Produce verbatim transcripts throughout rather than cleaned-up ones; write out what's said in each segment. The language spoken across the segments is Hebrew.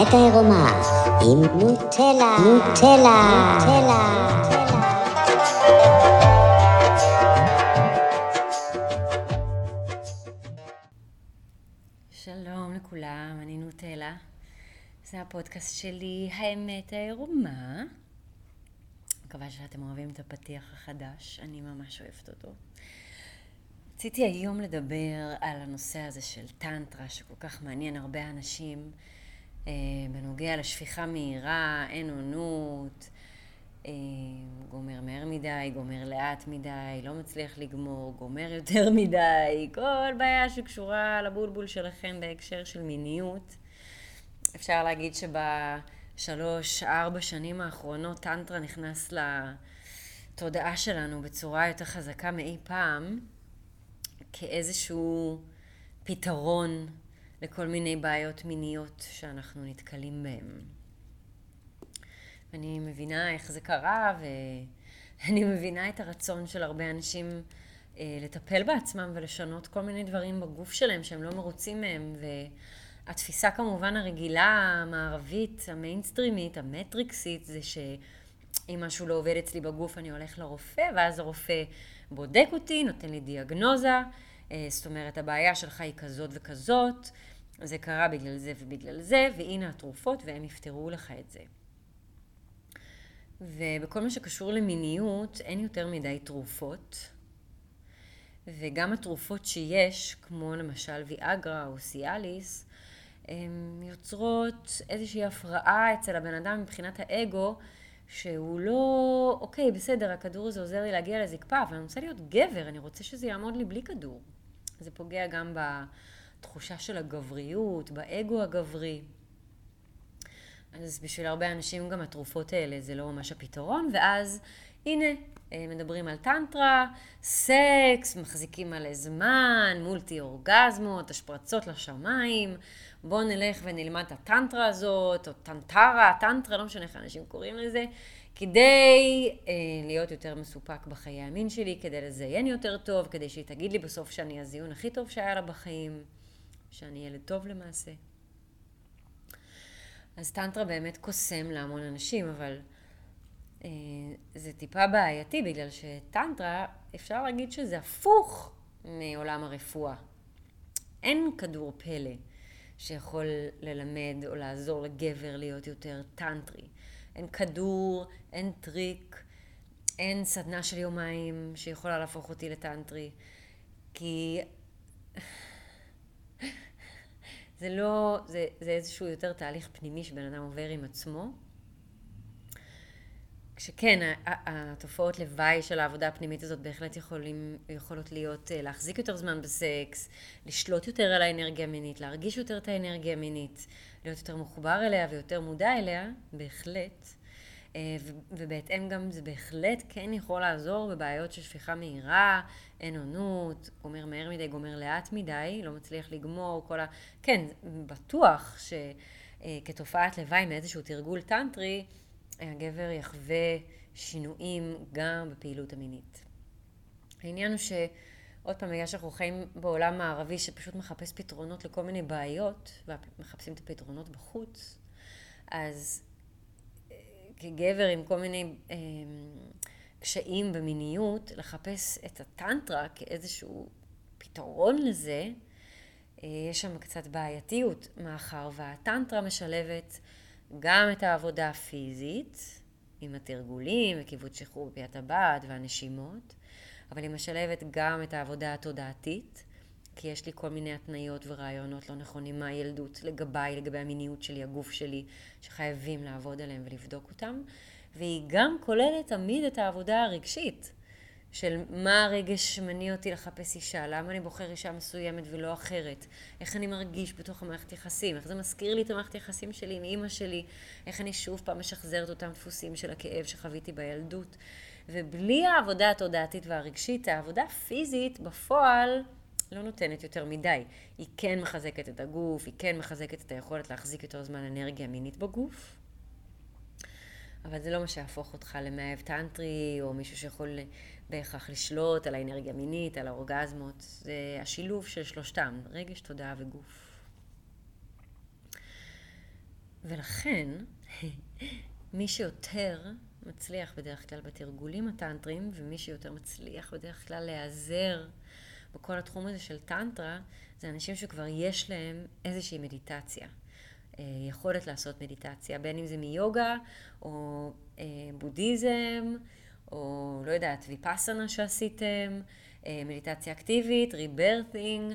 האמת העירומה עם נוטלה, נוטלה, נוטלה. שלום לכולם, אני נוטלה. זה הפודקאסט שלי, האמת העירומה. מקווה שאתם אוהבים את הפתיח החדש, אני ממש אוהבת אותו. רציתי היום לדבר על הנושא הזה של טנטרה, שכל כך מעניין הרבה אנשים, אה, בנוגע לשפיכה מהירה, אין עונות, אה, גומר מהר מדי, גומר לאט מדי, לא מצליח לגמור, גומר יותר מדי, כל בעיה שקשורה לבולבול שלכם בהקשר של מיניות. אפשר להגיד שבשלוש, ארבע שנים האחרונות טנטרה נכנס לתודעה שלנו בצורה יותר חזקה מאי פעם, כאיזשהו פתרון לכל מיני בעיות מיניות שאנחנו נתקלים בהן. אני מבינה איך זה קרה, ואני מבינה את הרצון של הרבה אנשים אה, לטפל בעצמם ולשנות כל מיני דברים בגוף שלהם שהם לא מרוצים מהם, והתפיסה כמובן הרגילה, המערבית, המיינסטרימית, המטריקסית, זה שאם משהו לא עובד אצלי בגוף אני הולך לרופא, ואז הרופא בודק אותי, נותן לי דיאגנוזה, אה, זאת אומרת הבעיה שלך היא כזאת וכזאת, זה קרה בגלל זה ובגלל זה, והנה התרופות והם יפתרו לך את זה. ובכל מה שקשור למיניות, אין יותר מדי תרופות. וגם התרופות שיש, כמו למשל ויאגרה או סיאליס, הן יוצרות איזושהי הפרעה אצל הבן אדם מבחינת האגו, שהוא לא, אוקיי, בסדר, הכדור הזה עוזר לי להגיע לזקפה, אבל אני רוצה להיות גבר, אני רוצה שזה יעמוד לי בלי כדור. זה פוגע גם בתחושה של הגבריות, באגו הגברי. אז בשביל הרבה אנשים גם התרופות האלה זה לא ממש הפתרון, ואז הנה, מדברים על טנטרה, סקס, מחזיקים מלא זמן, מולטי אורגזמות, השפרצות לשמיים, בואו נלך ונלמד את הטנטרה הזאת, או טנטרה, טנטרה, לא משנה איך אנשים קוראים לזה, כדי אה, להיות יותר מסופק בחיי המין שלי, כדי לזיין יותר טוב, כדי שהיא תגיד לי בסוף שאני הזיון הכי טוב שהיה לה בחיים, שאני ילד טוב למעשה. אז טנטרה באמת קוסם להמון אנשים, אבל אה, זה טיפה בעייתי, בגלל שטנטרה, אפשר להגיד שזה הפוך מעולם הרפואה. אין כדור פלא שיכול ללמד או לעזור לגבר להיות יותר טנטרי. אין כדור, אין טריק, אין סדנה של יומיים שיכולה להפוך אותי לטנטרי, כי זה לא, זה, זה איזשהו יותר תהליך פנימי שבן אדם עובר עם עצמו. כשכן, התופעות לוואי של העבודה הפנימית הזאת בהחלט יכולים, יכולות להיות להחזיק יותר זמן בסקס, לשלוט יותר על האנרגיה המינית, להרגיש יותר את האנרגיה המינית, להיות יותר מחובר אליה ויותר מודע אליה, בהחלט. ובהתאם גם זה בהחלט כן יכול לעזור בבעיות של שפיכה מהירה, אין עונות, גומר מהר מדי, גומר לאט מדי, לא מצליח לגמור, כל ה... כן, בטוח שכתופעת לוואי מאיזשהו תרגול טנטרי, הגבר יחווה שינויים גם בפעילות המינית. העניין הוא שעוד פעם, בגלל שאנחנו חיים בעולם מערבי שפשוט מחפש פתרונות לכל מיני בעיות, ומחפשים את הפתרונות בחוץ, אז כגבר עם כל מיני אה, קשיים במיניות, לחפש את הטנטרה כאיזשהו פתרון לזה, אה, יש שם קצת בעייתיות, מאחר והטנטרה משלבת גם את העבודה הפיזית, עם התרגולים וכיוות שחרור בפיית הבד והנשימות, אבל היא משלבת גם את העבודה התודעתית, כי יש לי כל מיני התניות ורעיונות לא נכונים מהילדות לגביי, לגבי המיניות שלי, הגוף שלי, שחייבים לעבוד עליהם ולבדוק אותם. והיא גם כוללת תמיד את העבודה הרגשית, של מה הרגש שמניע אותי לחפש אישה, למה אני בוחר אישה מסוימת ולא אחרת, איך אני מרגיש בתוך המערכת יחסים, איך זה מזכיר לי את המערכת יחסים שלי עם אמא שלי, איך אני שוב פעם משחזרת אותם דפוסים של הכאב שחוויתי בילדות. ובלי העבודה התודעתית והרגשית, העבודה הפיזית בפועל לא נותנת יותר מדי. היא כן מחזקת את הגוף, היא כן מחזקת את היכולת להחזיק יותר זמן אנרגיה מינית בגוף, אבל זה לא מה שיהפוך אותך למאהב טנטרי, או מישהו שיכול בהכרח לשלוט על האנרגיה מינית, על האורגזמות. זה השילוב של שלושתם, רגש, תודעה וגוף. ולכן, מי שיותר מצליח בדרך כלל בתרגולים הטנטרים, ומי שיותר מצליח בדרך כלל להיעזר בכל התחום הזה של טנטרה, זה אנשים שכבר יש להם איזושהי מדיטציה. יכולת לעשות מדיטציה, בין אם זה מיוגה, או בודהיזם, או לא יודעת, ויפאסנה שעשיתם, מדיטציה אקטיבית, ריברת'ינג,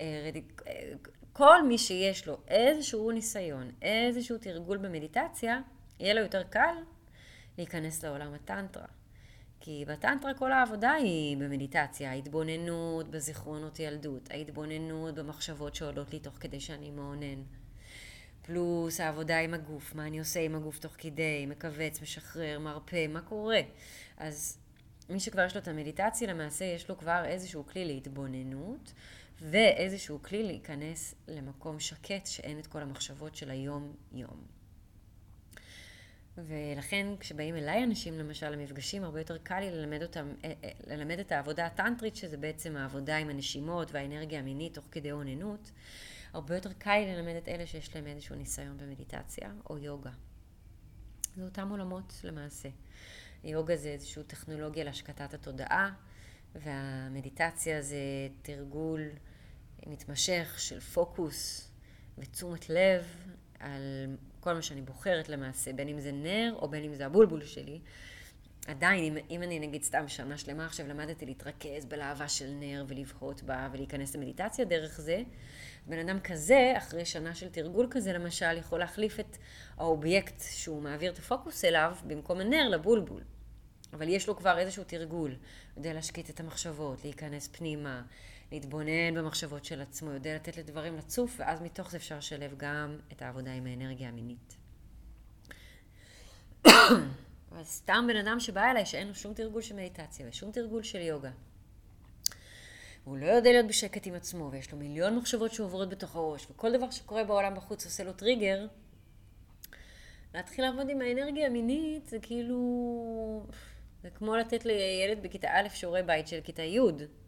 כל מי שיש לו איזשהו ניסיון, איזשהו תרגול במדיטציה, יהיה לו יותר קל להיכנס לעולם הטנטרה. כי בטנטרה כל העבודה היא במדיטציה, ההתבוננות בזיכרונות ילדות, ההתבוננות במחשבות שעולות לי תוך כדי שאני מעונן. פלוס העבודה עם הגוף, מה אני עושה עם הגוף תוך כדי, מקווץ, משחרר, מרפא, מה קורה. אז מי שכבר יש לו את המדיטציה, למעשה יש לו כבר איזשהו כלי להתבוננות, ואיזשהו כלי להיכנס למקום שקט שאין את כל המחשבות של היום-יום. ולכן כשבאים אליי אנשים למשל למפגשים, הרבה יותר קל לי ללמד אותם, ללמד את העבודה הטנטרית, שזה בעצם העבודה עם הנשימות והאנרגיה המינית תוך כדי עוננות, הרבה יותר קל לי ללמד את אלה שיש להם איזשהו ניסיון במדיטציה או יוגה. זה אותם עולמות למעשה. יוגה זה איזושהי טכנולוגיה להשקטת התודעה, והמדיטציה זה תרגול מתמשך של פוקוס ותשומת לב על כל מה שאני בוחרת למעשה, בין אם זה נר או בין אם זה הבולבול שלי. עדיין, אם, אם אני נגיד סתם שנה שלמה עכשיו למדתי להתרכז בלהבה של נר ולבהות בה ולהיכנס למדיטציה דרך זה, בן אדם כזה, אחרי שנה של תרגול כזה למשל, יכול להחליף את האובייקט שהוא מעביר את הפוקוס אליו במקום הנר לבולבול. אבל יש לו כבר איזשהו תרגול, יודע להשקיט את המחשבות, להיכנס פנימה, להתבונן במחשבות של עצמו, יודע לתת לדברים לצוף, ואז מתוך זה אפשר לשלב גם את העבודה עם האנרגיה המינית. אבל סתם בן אדם שבא אליי שאין לו שום תרגול של מדיטציה ושום תרגול של יוגה. הוא לא יודע להיות בשקט עם עצמו, ויש לו מיליון מחשבות שעוברות בתוך הראש, וכל דבר שקורה בעולם בחוץ עושה לו טריגר. להתחיל לעבוד עם האנרגיה המינית זה כאילו... זה כמו לתת לילד בכיתה א' שיעורי בית של כיתה י',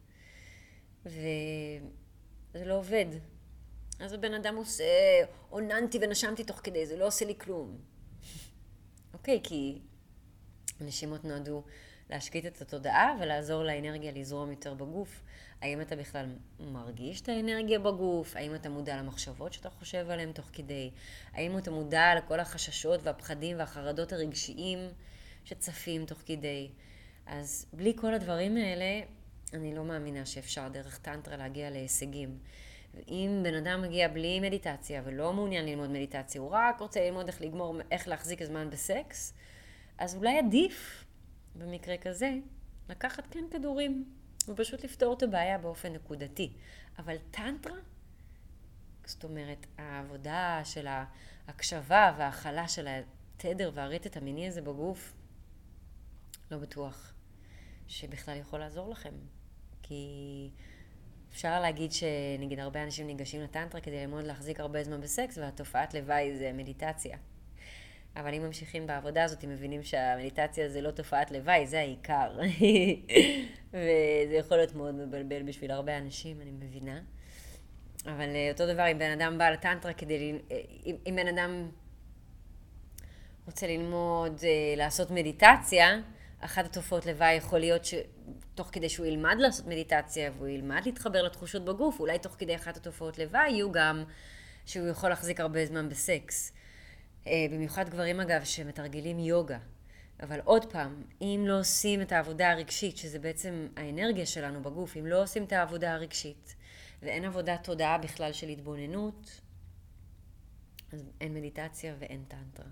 וזה לא עובד. אז הבן אדם עושה, עוננתי ונשמתי תוך כדי, זה לא עושה לי כלום. אוקיי, כי הנשימות נועדו להשקיט את התודעה ולעזור לאנרגיה לזרום יותר בגוף. האם אתה בכלל מרגיש את האנרגיה בגוף? האם אתה מודע למחשבות שאתה חושב עליהן תוך כדי? האם אתה מודע לכל החששות והפחדים והחרדות הרגשיים שצפים תוך כדי? אז בלי כל הדברים האלה, אני לא מאמינה שאפשר דרך טנטרה להגיע להישגים. ואם בן אדם מגיע בלי מדיטציה ולא מעוניין ללמוד מדיטציה, הוא רק רוצה ללמוד איך לגמור, איך להחזיק הזמן בסקס, אז אולי עדיף, במקרה כזה, לקחת כן כדורים, ופשוט לפתור את הבעיה באופן נקודתי. אבל טנטרה, זאת אומרת, העבודה של ההקשבה וההכלה של התדר והרטט המיני הזה בגוף, לא בטוח שבכלל יכול לעזור לכם. כי אפשר להגיד שנגיד הרבה אנשים ניגשים לטנטרה כדי ללמוד להחזיק הרבה זמן בסקס, והתופעת לוואי זה מדיטציה. אבל אם ממשיכים בעבודה הזאת, הם מבינים שהמדיטציה זה לא תופעת לוואי, זה העיקר. וזה יכול להיות מאוד מבלבל בשביל הרבה אנשים, אני מבינה. אבל אותו דבר, אם בן אדם בא לטנטרה כדי... אם, אם בן אדם רוצה ללמוד, לעשות מדיטציה, אחת התופעות לוואי יכול להיות שתוך כדי שהוא ילמד לעשות מדיטציה, והוא ילמד להתחבר לתחושות בגוף, אולי תוך כדי אחת התופעות לוואי יהיו גם שהוא יכול להחזיק הרבה זמן בסקס. במיוחד גברים אגב שמתרגלים יוגה. אבל עוד פעם, אם לא עושים את העבודה הרגשית, שזה בעצם האנרגיה שלנו בגוף, אם לא עושים את העבודה הרגשית, ואין עבודת תודעה בכלל של התבוננות, אז אין מדיטציה ואין טנטרה.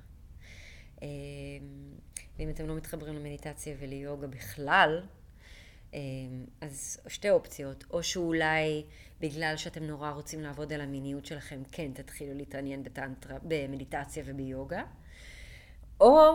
ואם אתם לא מתחברים למדיטציה וליוגה בכלל, אז שתי אופציות, או שאולי בגלל שאתם נורא רוצים לעבוד על המיניות שלכם, כן תתחילו להתעניין בטנטרה, במדיטציה וביוגה, או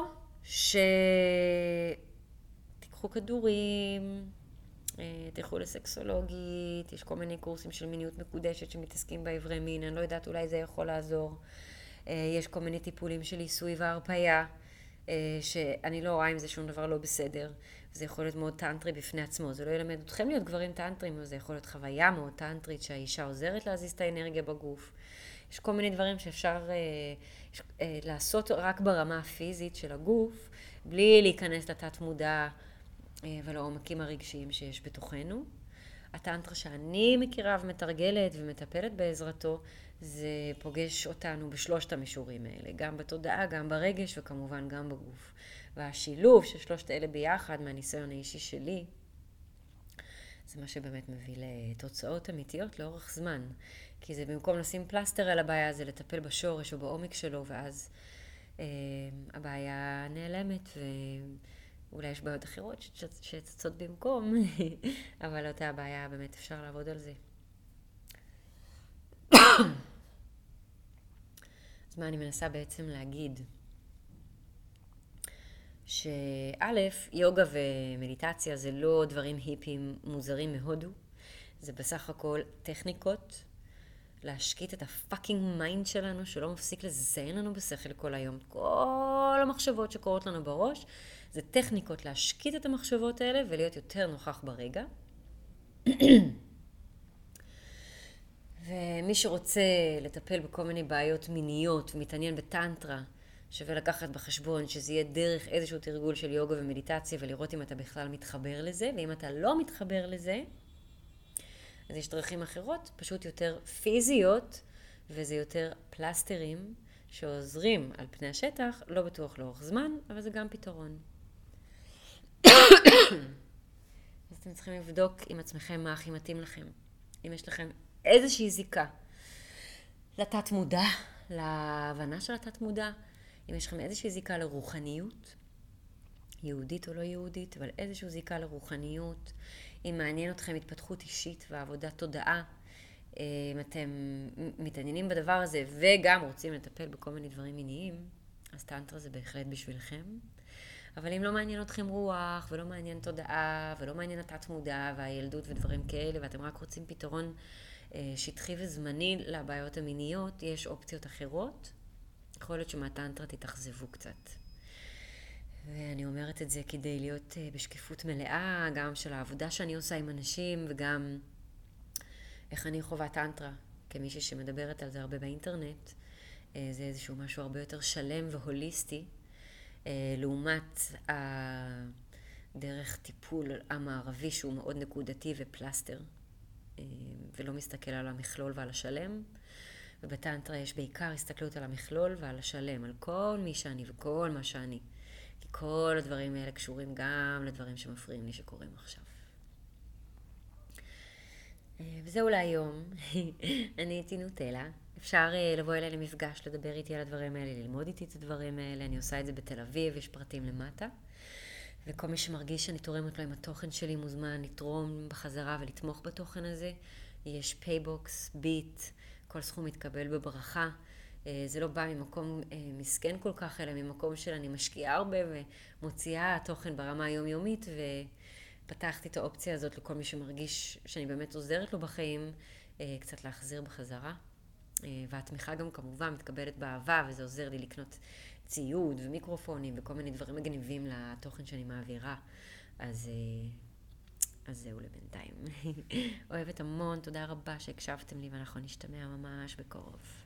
שתיקחו כדורים, תלכו לסקסולוגית, יש כל מיני קורסים של מיניות מקודשת שמתעסקים באיברי מין, אני לא יודעת, אולי זה יכול לעזור. יש כל מיני טיפולים של עיסוי והרפאיה, שאני לא רואה אם זה שום דבר לא בסדר. זה יכול להיות מאוד טנטרי בפני עצמו. זה לא ילמד אתכם להיות גברים טנטרים, אבל זה יכול להיות חוויה מאוד טנטרית שהאישה עוזרת להזיז את האנרגיה בגוף. יש כל מיני דברים שאפשר אה, יש, אה, לעשות רק ברמה הפיזית של הגוף, בלי להיכנס לתת מודע אה, ולעומקים הרגשיים שיש בתוכנו. הטנטרה שאני מכירה ומתרגלת ומטפלת בעזרתו, זה פוגש אותנו בשלושת המישורים האלה, גם בתודעה, גם ברגש וכמובן גם בגוף. והשילוב של שלושת אלה ביחד, מהניסיון האישי שלי, זה מה שבאמת מביא לתוצאות אמיתיות לאורך זמן. כי זה במקום לשים פלסטר על הבעיה, זה לטפל בשורש או בעומק שלו, ואז אה, הבעיה נעלמת, ואולי יש בעיות אחרות שצצות במקום, אבל אותה הבעיה באמת אפשר לעבוד על זה. אז מה אני מנסה בעצם להגיד? שא', יוגה ומדיטציה זה לא דברים היפים מוזרים מהודו, זה בסך הכל טכניקות להשקיט את הפאקינג מיינד שלנו, שלא מפסיק לזיין לנו בשכל כל היום. כל המחשבות שקורות לנו בראש, זה טכניקות להשקיט את המחשבות האלה ולהיות יותר נוכח ברגע. ומי שרוצה לטפל בכל מיני בעיות מיניות ומתעניין בטנטרה, שווה לקחת בחשבון שזה יהיה דרך איזשהו תרגול של יוגה ומדיטציה, ולראות אם אתה בכלל מתחבר לזה, ואם אתה לא מתחבר לזה, אז יש דרכים אחרות, פשוט יותר פיזיות, וזה יותר פלסטרים שעוזרים על פני השטח, לא בטוח לאורך זמן, אבל זה גם פתרון. אז אתם צריכים לבדוק עם עצמכם מה הכי מתאים לכם. אם יש לכם איזושהי זיקה לתת מודע, להבנה של התת מודע, אם יש לכם איזושהי זיקה לרוחניות, יהודית או לא יהודית, אבל איזושהי זיקה לרוחניות, אם מעניין אתכם התפתחות אישית ועבודת תודעה, אם אתם מתעניינים בדבר הזה וגם רוצים לטפל בכל מיני דברים מיניים, אז טנטרה זה בהחלט בשבילכם. אבל אם לא מעניין אתכם רוח ולא מעניין תודעה ולא מעניין התת מודע והילדות ודברים כאלה, ואתם רק רוצים פתרון שטחי וזמני לבעיות המיניות, יש אופציות אחרות. יכול להיות שמהטנטרה תתאכזבו קצת. ואני אומרת את זה כדי להיות בשקיפות מלאה, גם של העבודה שאני עושה עם אנשים, וגם איך אני חווה טנטרה, כמישהי שמדברת על זה הרבה באינטרנט. זה איזשהו משהו הרבה יותר שלם והוליסטי, לעומת הדרך טיפול המערבי שהוא מאוד נקודתי ופלסטר, ולא מסתכל על המכלול ועל השלם. ובטנטרה יש בעיקר הסתכלות על המכלול ועל השלם, על כל מי שאני וכל מה שאני. כי כל הדברים האלה קשורים גם לדברים שמפריעים לי שקורים עכשיו. וזהו להיום. אני הייתי נוטלה. אפשר לבוא אליי למפגש, לדבר איתי על הדברים האלה, ללמוד איתי את הדברים האלה. אני עושה את זה בתל אביב, יש פרטים למטה. וכל מי שמרגיש שאני תורמת לו עם התוכן שלי מוזמן לתרום בחזרה ולתמוך בתוכן הזה. יש פייבוקס, ביט, כל סכום מתקבל בברכה. זה לא בא ממקום מסכן כל כך, אלא ממקום של אני משקיעה הרבה ומוציאה תוכן ברמה היומיומית, ופתחתי את האופציה הזאת לכל מי שמרגיש שאני באמת עוזרת לו בחיים, קצת להחזיר בחזרה. והתמיכה גם כמובן מתקבלת באהבה, וזה עוזר לי לקנות ציוד ומיקרופונים וכל מיני דברים מגניבים לתוכן שאני מעבירה. אז, אז זהו לבינתיים. אוהבת המון, תודה רבה שהקשבתם לי, ואנחנו נשתמע ממש בקרוב.